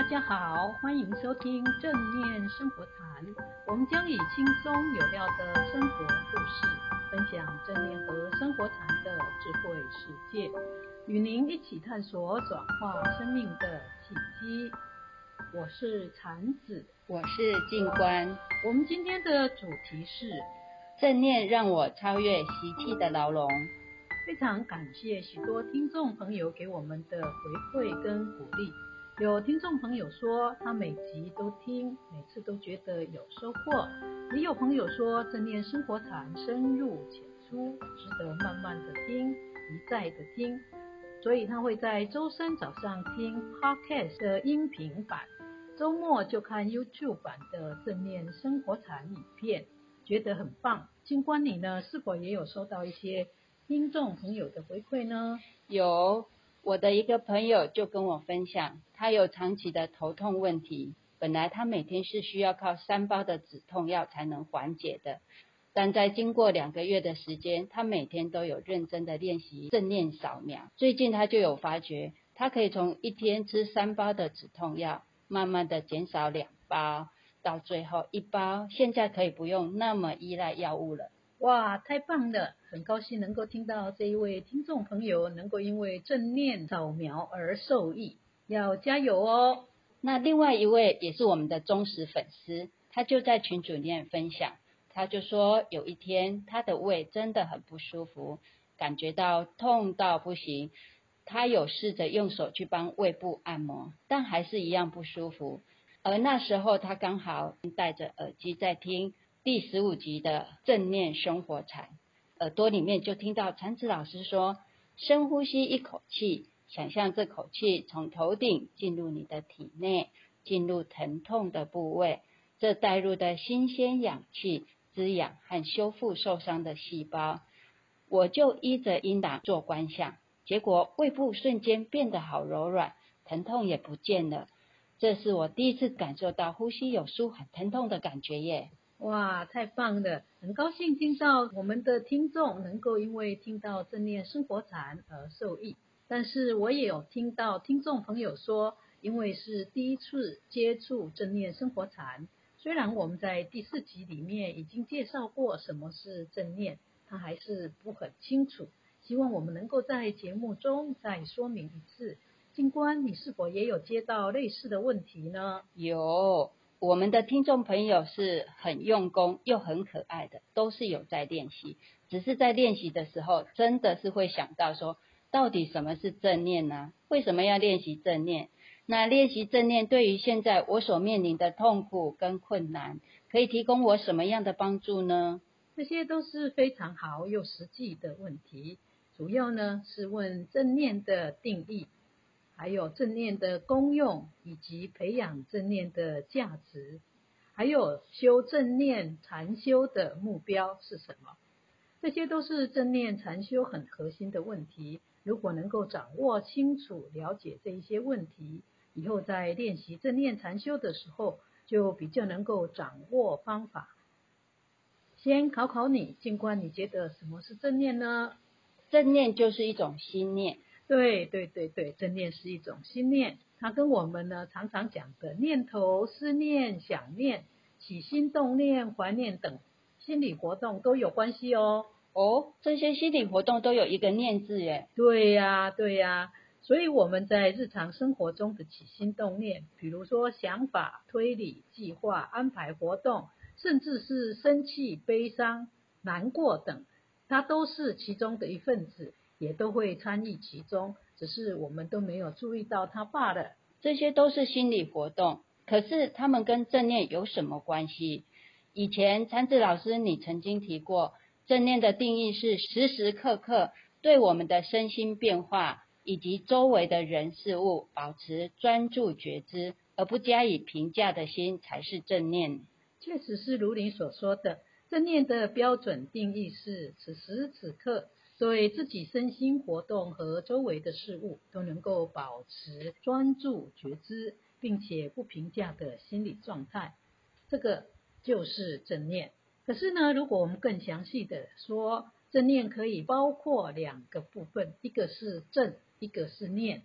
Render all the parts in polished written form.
家好，欢迎收听正念生活谈。我们将以轻松有料的生活故事，分享正念和生活禅的智慧世界，与您一起探索转化生命的契机。我是禅子， 我是静观。 我们今天的主题是正念让我超越习气的牢笼。 非常感谢许多听众朋友给我们的回馈跟鼓励。有听众朋友说他每集都听，每次都觉得有收获，也有朋友说正念生活禅深入浅出，值得慢慢的听，一再的听，所以他会在周三早上听 Podcast 的音频版，周末就看 YouTube 版的正念生活禅影片，觉得很棒。静观你呢，是否也有收到一些听众朋友的回馈呢？ 有，我的一个朋友就跟我分享，他有长期的头痛问题，本来他每天是需要靠3包的止痛药才能缓解的，但在经过2个月的时间，他每天都有认真的练习正念扫描。最近他就有发觉，他可以从一天吃3包的止痛药，慢慢的减少2包，到最后1包，现在可以不用那么依赖药物了。 哇，太棒了！很高兴能够听到这一位听众朋友能够因为正念扫描而受益，要加油哦！ 那另外一位也是我们的忠实粉丝，他就在群组里面分享，他就说有一天他的胃真的很不舒服，感觉到痛到不行，他有试着用手去帮胃部按摩，但还是一样不舒服。而那时候他刚好戴着耳机在听第15集的正念生活禅，耳朵里面就听到禅子老师说，深呼吸一口气，想象这口气从头顶进入你的体内，进入疼痛的部位，这带入的新鲜氧气滋养和修复受伤的细胞。我就依着音档做观想，结果胃部瞬间变得好柔软，疼痛也不见了。这是我第一次感受到呼吸有舒缓疼痛的感觉耶。 哇，太棒了！很高兴听到我们的听众能够因为听到正念生活禅而受益。但是我也有听到听众朋友说，因为是第一次接触正念生活禅，虽然我们在第4集里面已经介绍过什么是正念，他还是不很清楚，希望我们能够在节目中再说明一次。静观，你是否也有接到类似的问题呢？ 有，我们的听众朋友是很用功又很可爱的，都是有在练习，只是在练习的时候真的是会想到说，到底什么是正念呢？为什么要练习正念？那练习正念对于现在我所面临的痛苦跟困难，可以提供我什么样的帮助呢？ 这些都是非常好又实际的问题，主要呢是问正念的定义，还有正念的功用，以及培养正念的价值，还有修正念禅修的目标是什么？这些都是正念禅修很核心的问题。如果能够掌握清楚、了解这一些问题，以后在练习正念禅修的时候，就比较能够掌握方法。先考考你，静观，你觉得什么是正念呢？ 正念就是一种心念。 对，正念是一种心念，它跟我们呢常常讲的念头、思念、想念、起心动念、怀念等心理活动都有关系哦。 哦，这些心理活动都有一个念字耶。 对呀，所以我们在日常生活中的起心动念，比如说想法、推理、计划、安排活动，甚至是生气、悲伤、难过等，它都是其中的一份子，也都会参与其中，只是我们都没有注意到它罢了。 这些都是心理活动，可是它们跟正念有什么关系？以前禅子老师你曾经提过，正念的定义是时时刻刻对我们的身心变化以及周围的人事物保持专注觉知，而不加以评价的心才是正念。 确实是如你所说的，正念的标准定义是此时此刻对自己身心活动和周围的事物都能够保持专注觉知，并且不评价的心理状态，这个就是正念。可是呢，如果我们更详细的说，正念可以包括2个部分，一个是正，一个是念。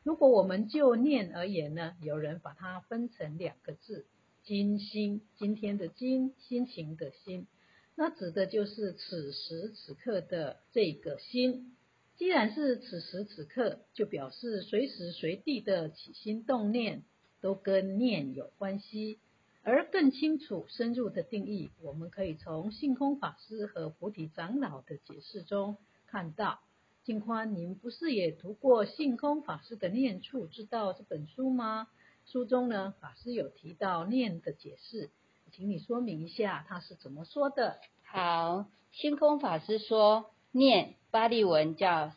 如果我们就念而言呢，有人把它分成2个字，今心，今天的今，心情的心，那指的就是此时此刻的这个心。既然是此时此刻，就表示随时随地的起心动念都跟念有关系。而更清楚深入的定义，我们可以从性空法师和菩提长老的解释中看到。静宽，您不是也读过性空法师的《念处之道》这本书吗？书中呢，法师有提到念的解释，请你说明一下他是怎么说的。 好，性空法师说，念巴利文叫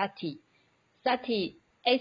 sati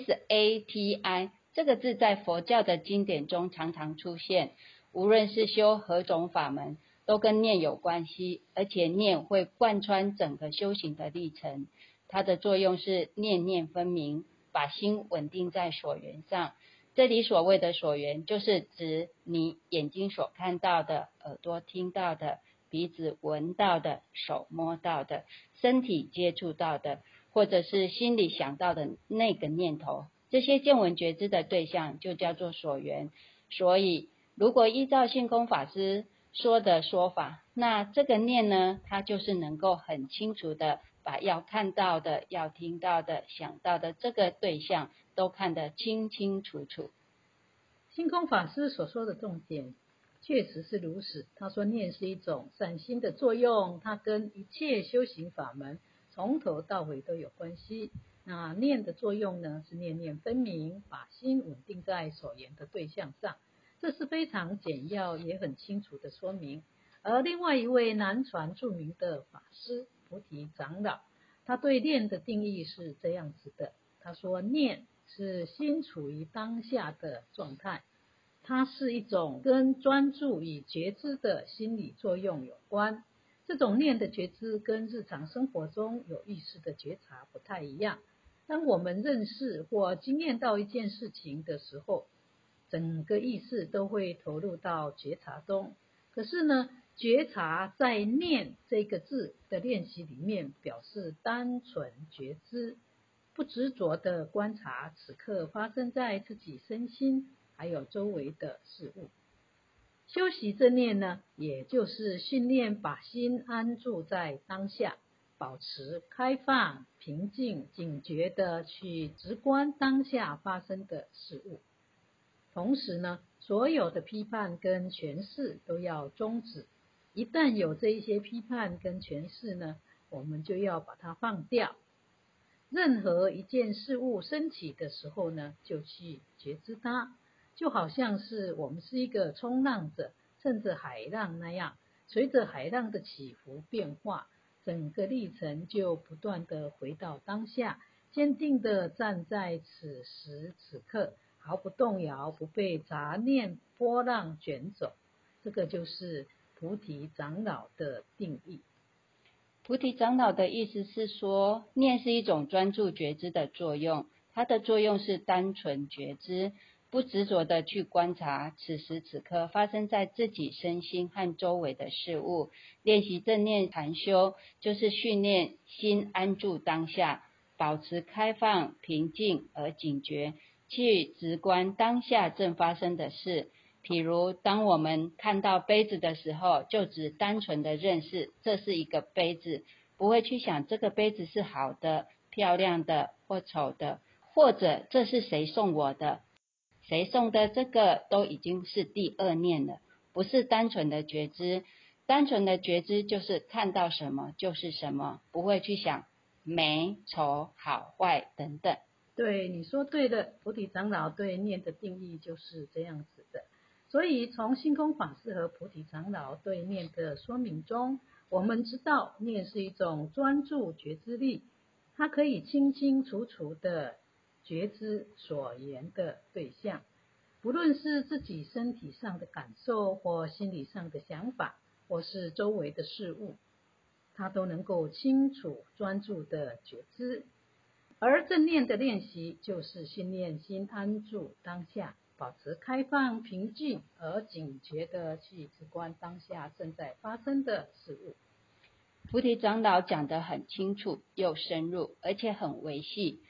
S-A-T-I 这个字在佛教的经典中常常出现，无论是修何种法门，都跟念有关系，而且念会贯穿整个修行的历程。它的作用是念念分明，把心稳定在所缘上。这里所谓的所缘，就是指你眼睛所看到的、耳朵听到的、鼻子闻到的、手摸到的、身体接触到的，或者是心里想到的那个念头，这些见闻觉知的对象就叫做所缘。所以，如果依照性空法师说的说法，那这个念呢，它就是能够很清楚的把要看到的、要听到的、想到的这个对象都看得清清楚楚。 性空法师所说的重点确实是如此。他说念是一种善心的作用，它跟一切修行法门从头到尾都有关系。那念的作用呢，是念念分明，把心稳定在所言的对象上，这是非常简要也很清楚的说明。而另外一位南传著名的法师菩提长老，他对念的定义是这样子的，他说念是心处于当下的状态，它是一种跟专注与觉知的心理作用有关。这种念的觉知跟日常生活中有意识的觉察不太一样。当我们认识或经验到一件事情的时候，整个意识都会投入到觉察中。可是呢，觉察在念这个字的练习里面表示单纯觉知，不执着的观察此刻发生在自己身心还有周围的事物。修习正念呢，也就是训练把心安住在当下，保持开放、平静、警觉的去直观当下发生的事物。同时呢，所有的批判跟诠释都要终止。一旦有这一些批判跟诠释呢，我们就要把它放掉。任何一件事物升起的时候呢，就去觉知它，就好像是我们是一个冲浪者，趁着海浪那样，随着海浪的起伏变化，整个历程就不断的回到当下，坚定的站在此时此刻，毫不动摇，不被杂念波浪卷走。这个就是菩提长老的定义。 菩提长老的意思是说，念是一种专注觉知的作用，它的作用是单纯觉知，不执着的去观察此时此刻发生在自己身心和周围的事物。练习正念禅修，就是训练心安住当下，保持开放、平静而警觉，去直观当下正发生的事。譬如当我们看到杯子的时候，就只单纯的认识这是一个杯子，不会去想这个杯子是好的、漂亮的或丑的，或者这是谁送我的，谁送的，这个都已经是第二念了，不是单纯的觉知。单纯的觉知就是看到什么就是什么，不会去想美、丑、好坏等等。 对，你说对了，菩提长老对念的定义就是这样子的。所以从性空法师和菩提长老对念的说明中，我们知道念是一种专注觉知力，它可以清清楚楚的觉知所言的对象，不论是自己身体上的感受或心理上的想法，或是周围的事物，它都能够清楚专注的觉知。而正念的练习就是训练心安住当下，保持开放、平静而警觉的去直观当下正在发生的事物。 菩提长老讲得很清楚又深入，而且很维系。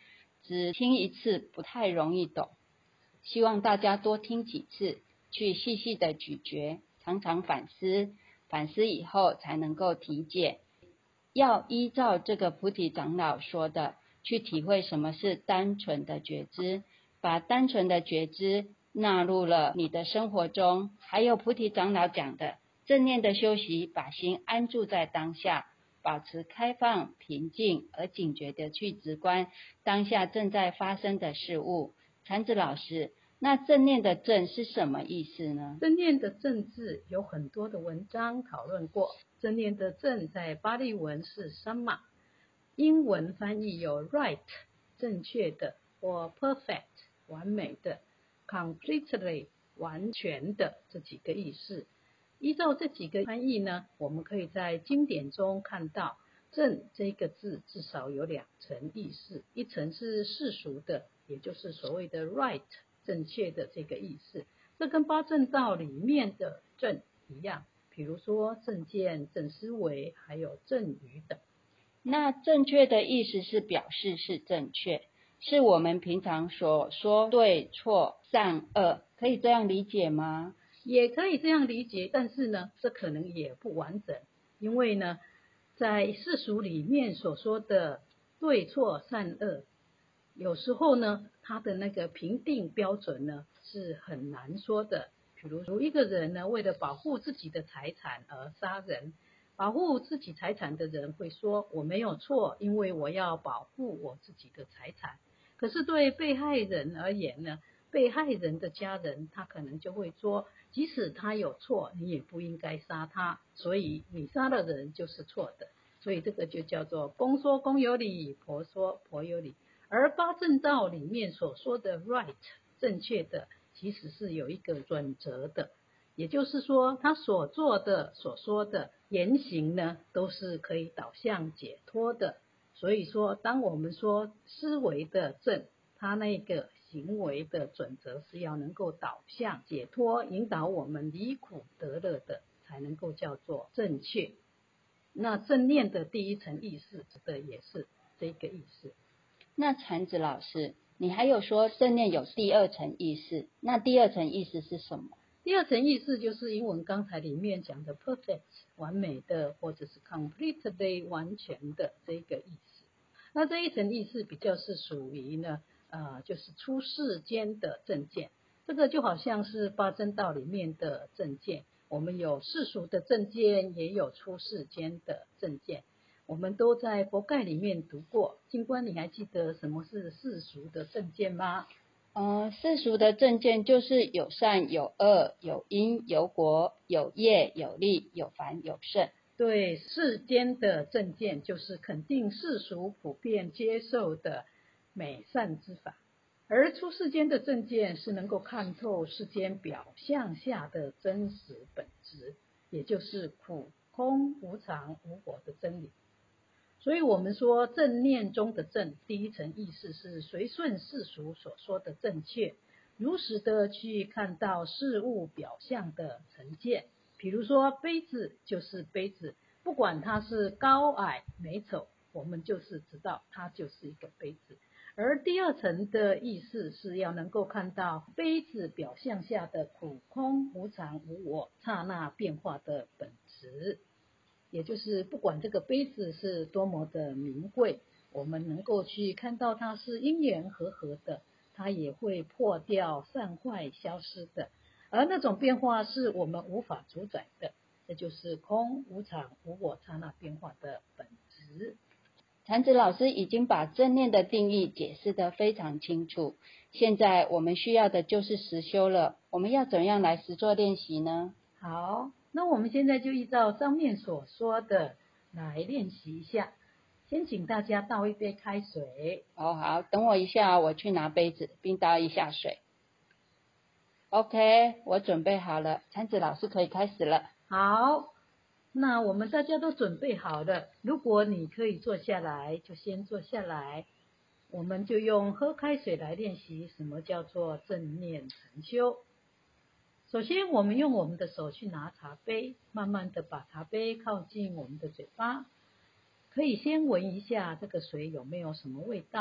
只听一次不太容易懂，希望大家多听几次，去细细的咀嚼，常常反思，反思以后才能够体解。要依照这个菩提长老说的，去体会什么是单纯的觉知，把单纯的觉知纳入了你的生活中。还有菩提长老讲的正念的修习，把心安住在当下，保持开放、平静而警觉的去直观当下正在发生的事物。禅子老师，那正念的正是什么意思呢？ 正念的正字有很多的文章讨论过，正念的正在巴利文是 sama， 英文翻译有 right 正确的或 perfect 完美的， completely 完全的这几个意思。依照这几个翻译呢，我们可以在经典中看到正这个字至少有两层意思，一层是世俗的，也就是所谓的 right 正确的这个意思，这跟八正道里面的正一样，比如说正见、正思维还有正语等。 那正确的意思是表示是正确，是我们平常所说对错善恶，可以这样理解吗？ 也可以这样理解，但是呢，这可能也不完整，因为呢，在世俗里面所说的对错善恶，有时候呢，它的那个评定标准呢是很难说的。比如一个人呢，为了保护自己的财产而杀人，保护自己财产的人会说我没有错，因为我要保护我自己的财产。可是对被害人而言呢，被害人的家人他可能就会说，即使他有错，你也不应该杀他，所以你杀了人就是错的。所以这个就叫做公说公有理，婆说婆有理。而八正道里面所说的 right 正确的，其实是有一个准则的，也就是说他所做的所说的言行呢，都是可以导向解脱的。所以说当我们说思维的正，他那个行为的准则是要能够导向解脱，引导我们离苦得乐的，才能够叫做正确。那正念的第一层意识指的也是这个意思。 那禅子老师，你还有说正念有第二层意识，那第二层意识是什么？ 第二层意思就是英文刚才里面讲的 perfect 完美的，或者是 completely 完全的这个意思。那这一层意思比较是属于呢就是出世间的正见，这个就好像是八正道里面的正见，我们有世俗的正见，也有出世间的正见，我们都在佛概里面读过。金官，你还记得什么是世俗的正见吗？ 世俗的正见就是有善有恶，有因有果，有业有利，有凡有圣。 对，世间的正见就是肯定世俗普遍接受的美善之法，而出世间的正见是能够看透世间表象下的真实本质，也就是苦空无常无我的真理。所以我们说正念中的正，第一层意思是随顺世俗所说的正确，如实的去看到事物表象的成见。比如说杯子就是杯子，不管它是高矮美丑，我们就是知道它就是一个杯子。而第二层的意思是要能够看到杯子表象下的苦空无常无我刹那变化的本质，也就是不管这个杯子是多么的名贵，我们能够去看到它是因缘和合的，它也会破掉散坏消失的，而那种变化是我们无法主宰的，这就是空无常无我刹那变化的本质。 禅子老师已经把正念的定义解释得非常清楚，现在我们需要的就是实修了。我们要怎样来实做练习呢？ 好，那我们现在就依照上面所说的来练习一下。先请大家倒一杯开水。 好，等我一下，我去拿杯子，并倒一下水。OK， 我准备好了，禅子老师可以开始了。 好，那我们大家都准备好了，如果你可以坐下来，就先坐下来。我们就用喝开水来练习什么叫做正念禅修。首先，我们用我们的手去拿茶杯，慢慢的把茶杯靠近我们的嘴巴，可以先闻一下这个水有没有什么味道。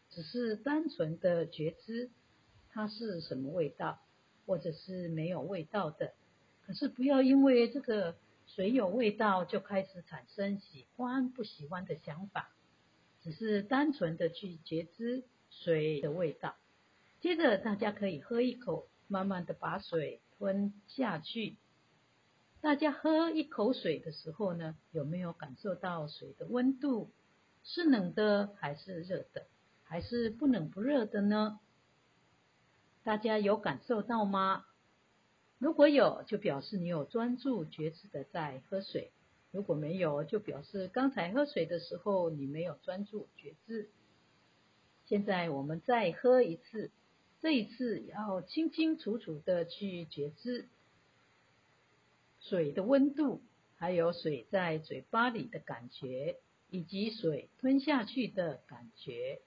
只是单纯的觉知它是什么味道，或者是没有味道的。可是不要因为这个水有味道就开始产生喜欢不喜欢的想法，只是单纯的去觉知水的味道。接着大家可以喝一口，慢慢的把水吞下去。大家喝一口水的时候呢，有没有感受到水的温度？是冷的还是热的？还是不冷不热的呢？大家有感受到吗？如果有，就表示你有专注觉知的在喝水；如果没有，就表示刚才喝水的时候你没有专注觉知。现在我们再喝一次，这一次要清清楚楚的去觉知水的温度，还有水在嘴巴里的感觉，以及水吞下去的感觉。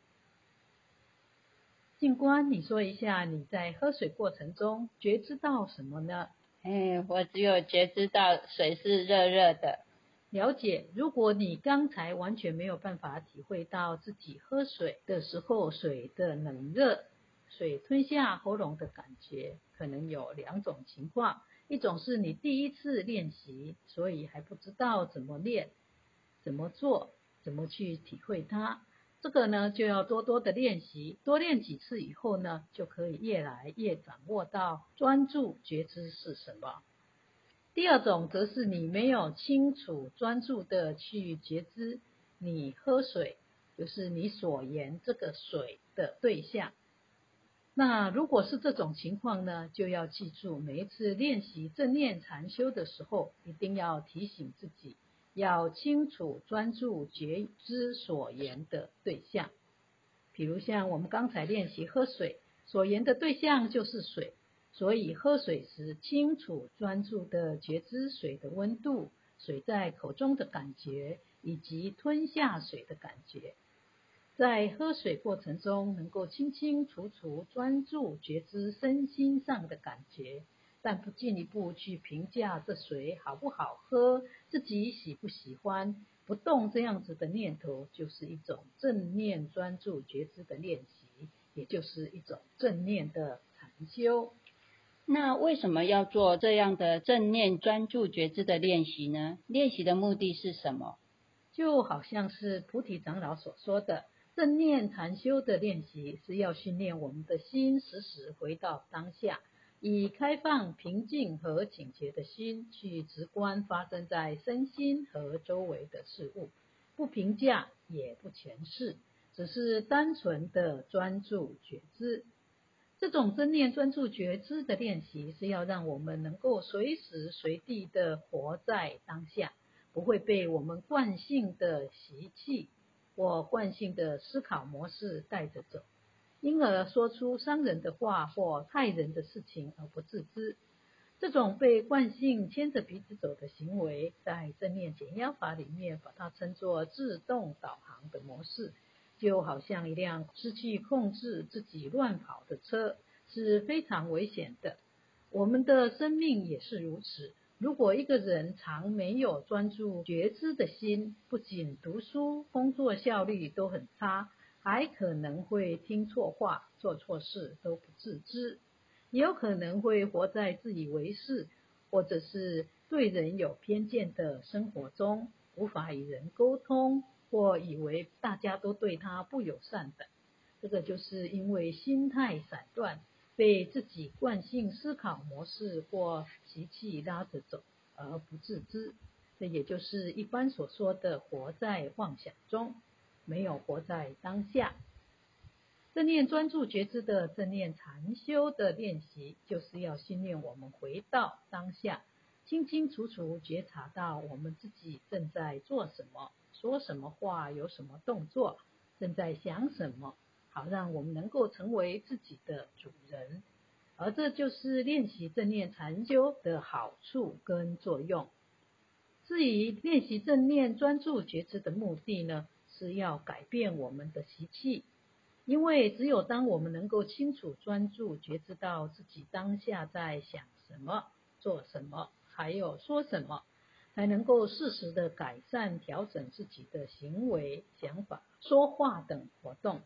静观，你说一下你在喝水过程中觉知到什么呢？ 我只有觉知到水是热热的。 了解，如果你刚才完全没有办法体会到自己喝水的时候水的冷热，水吞下喉咙的感觉，可能有两种情况。一种是你第一次练习，所以还不知道怎么练、怎么做、怎么去体会它。这个呢，就要多多的练习，多练几次以后呢，就可以越来越掌握到专注觉知是什么。第二种则是你没有清楚专注的去觉知你喝水，就是你所言这个水的对象。那如果是这种情况呢，就要记住每一次练习正念禅修的时候，一定要提醒自己，要清楚专注觉知所言的对象。比如像我们刚才练习喝水，所言的对象就是水，所以喝水时清楚专注的觉知水的温度、水在口中的感觉，以及吞下水的感觉。在喝水过程中，能够清清楚楚专注觉知身心上的感觉，但不进一步去评价这水好不好喝，自己喜不喜欢，不动这样子的念头，就是一种正念专注觉知的练习，也就是一种正念的禅修。 那为什么要做这样的正念专注觉知的练习呢？练习的目的是什么？ 就好像是菩提长老所说的，正念禅修的练习是要训练我们的心时时回到当下，以开放、平静和警觉的心去直观发生在身心和周围的事物，不评价也不诠释，只是单纯的专注觉知。这种正念专注觉知的练习是要让我们能够随时随地的活在当下，不会被我们惯性的习气或惯性的思考模式带着走，因而说出伤人的话或害人的事情而不自知。这种被惯性牵着鼻子走的行为，在正念减压法里面把它称作自动导航的模式，就好像一辆失去控制自己乱跑的车，是非常危险的。我们的生命也是如此。如果一个人常没有专注觉知的心，不仅读书、工作效率都很差，还可能会听错话、做错事都不自知，也有可能会活在自以为是，或者是对人有偏见的生活中，无法与人沟通，或以为大家都对他不友善的。这个就是因为心态散乱，被自己惯性思考模式或习气拉着走而不自知，这也就是一般所说的活在妄想中，没有活在当下。正念专注觉知的正念禅修的练习，就是要训练我们回到当下，清清楚楚觉察到我们自己正在做什么，说什么话，有什么动作，正在想什么，好让我们能够成为自己的主人。而这就是练习正念禅修的好处跟作用。至于练习正念专注觉知的目的呢，是要改变我们的习气。因为只有当我们能够清楚专注觉知到自己当下在想什么、做什么，还有说什么，才能够适时的改善调整自己的行为、想法、说话等活动，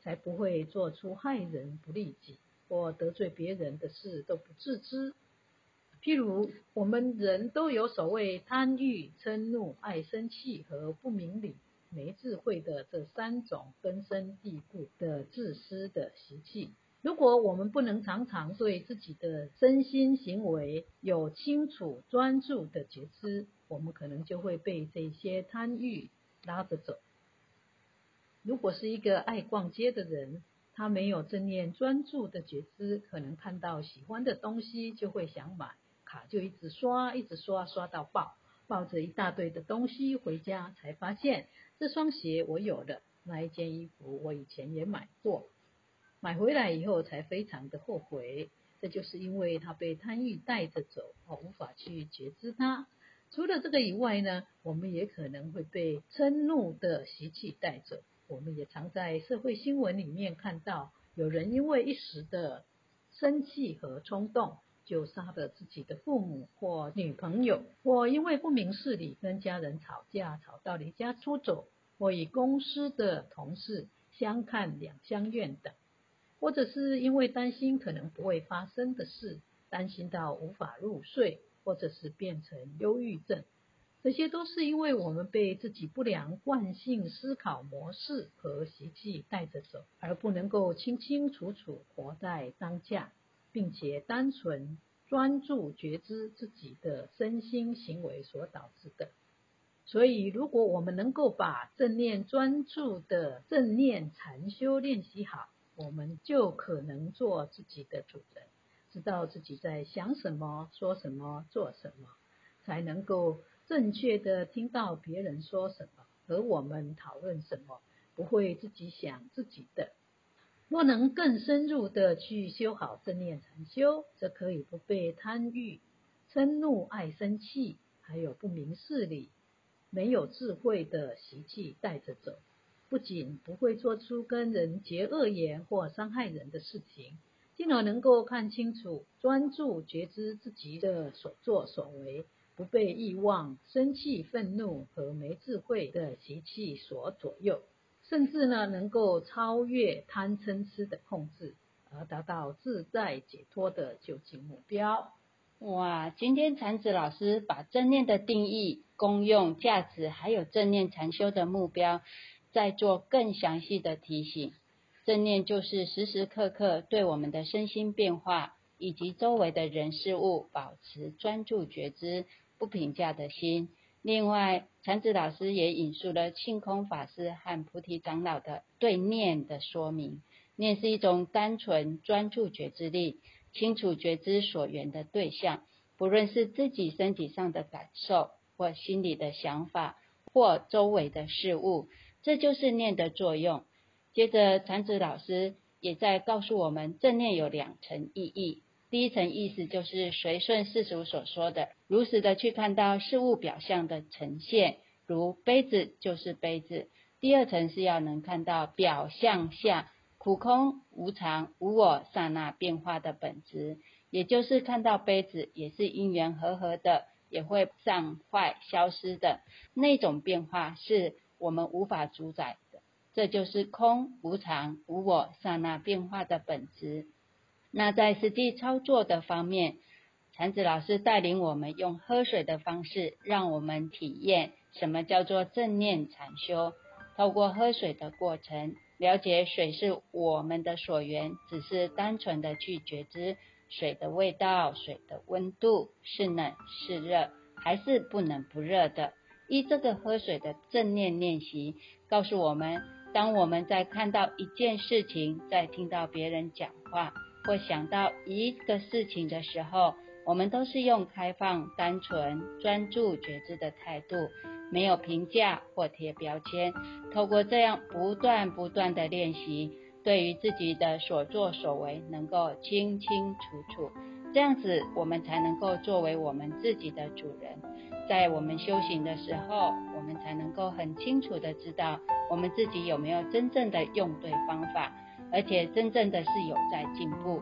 才不会做出害人不利己或得罪别人的事都不自知。譬如我们人都有所谓贪欲、嗔怒、爱生气和不明理、没智慧的这3种根深蒂固的自私的习气。如果我们不能常常对自己的身心行为有清楚专注的觉知，我们可能就会被这些贪欲拉着走。如果是一个爱逛街的人，他没有正念专注的觉知，可能看到喜欢的东西就会想买，卡就一直刷刷到爆，抱着一大堆的东西回家，才发现这双鞋我有了，那一件衣服我以前也买过，买回来以后才非常的后悔。这就是因为他被贪欲带着走，无法去觉知它。除了这个以外呢，我们也可能会被嗔怒的习气带走。我们也常在社会新闻里面看到，有人因为一时的生气和冲动，就杀了自己的父母或女朋友，或因为不明事理跟家人吵架，吵到离家出走，或与公司的同事相看两相怨等，或者是因为担心可能不会发生的事，担心到无法入睡，或者是变成忧郁症。这些都是因为我们被自己不良惯性思考模式和习气带着走，而不能够清清楚楚活在当下，并且单纯专注觉知自己的身心行为所导致的。所以如果我们能够把正念专注的正念禅修练习好，我们就可能做自己的主人，知道自己在想什么、说什么、做什么，才能够正确的听到别人说什么，和我们讨论什么，不会自己想自己的。若能更深入的去修好正念禅修，则可以不被贪欲、嗔怒、爱生气，还有不明事理、没有智慧的习气带着走，不仅不会做出跟人结恶缘或伤害人的事情，进而能够看清楚、专注觉知自己的所作所为，不被欲望、生气、愤怒和没智慧的习气所左右，甚至呢能够超越贪嗔痴的控制，而达到自在解脱的究竟目标。 哇，今天禅子老师把正念的定义、功用、价值，还有正念禅修的目标，再做更详细的提醒。正念就是时时刻刻对我们的身心变化以及周围的人事物保持专注觉知、不评价的心。另外，禅子老师也引述了庆空法师和菩提长老的对念的说明。念是一种单纯专注觉知力，清楚觉知所缘的对象，不论是自己身体上的感受，或心里的想法，或周围的事物，这就是念的作用。接着禅子老师也在告诉我们，正念有2层意义。第一层意思就是随顺世俗所说的，如实的去看到事物表象的呈现，如杯子就是杯子。第2层是要能看到表象下苦空无常无我刹那变化的本质，也就是看到杯子也是因缘和合的，也会散坏消失的，那种变化是我们无法主宰的，这就是空无常无我刹那变化的本质。那在实际操作的方面，禅子老师带领我们用喝水的方式，让我们体验什么叫做正念禅修。透过喝水的过程，了解水是我们的所缘，只是单纯的去觉知水的味道、水的温度，是冷是热，还是不冷不热的。依这个喝水的正念练习，告诉我们，当我们在看到一件事情，在听到别人讲话，或想到一个事情的时候，我们都是用开放、单纯、专注觉知的态度，没有评价或贴标签。透过这样不断的练习，对于自己的所作所为能够清清楚楚，这样子我们才能够作为我们自己的主人。在我们修行的时候，我们才能够很清楚的知道我们自己有没有真正的用对方法，而且真正的是有在进步。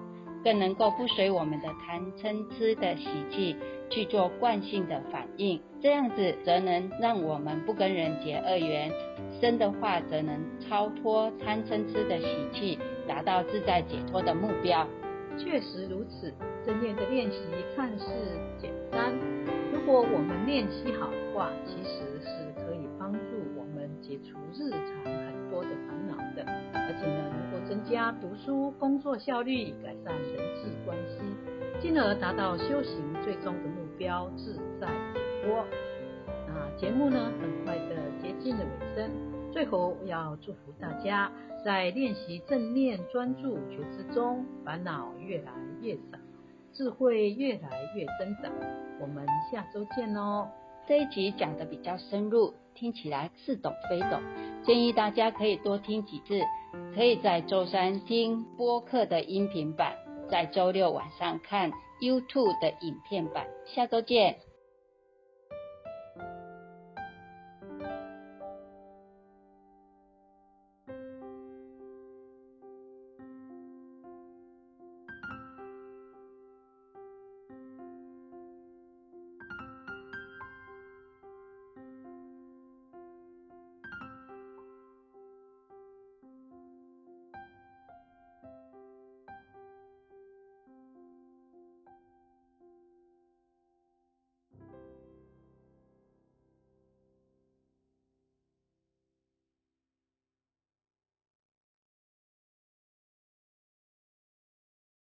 更能够不随我们的贪嗔痴的习气去做惯性的反应，这样子则能让我们不跟人结恶缘，生的话则能超脱贪嗔痴的习气，达到自在解脱的目标。 确实如此，正念的练习看似简单，如果我们练习好的话，其实是可以帮助我们解除日常很多的烦恼的，而且呢，能够增加读书工作效率，改善人际关系，进而达到修行最终的目标，自在解脱。那节目呢，很快的接近了尾声，最后要祝福大家在练习正念专注觉知中，烦恼越来越少，智慧越来越增长。我们下周见哦。 这一集讲得比较深入，听起来似懂非懂，建议大家可以多听几次，可以在周三听播客的音频版，在周六晚上看 YouTube 的影片版。下周见。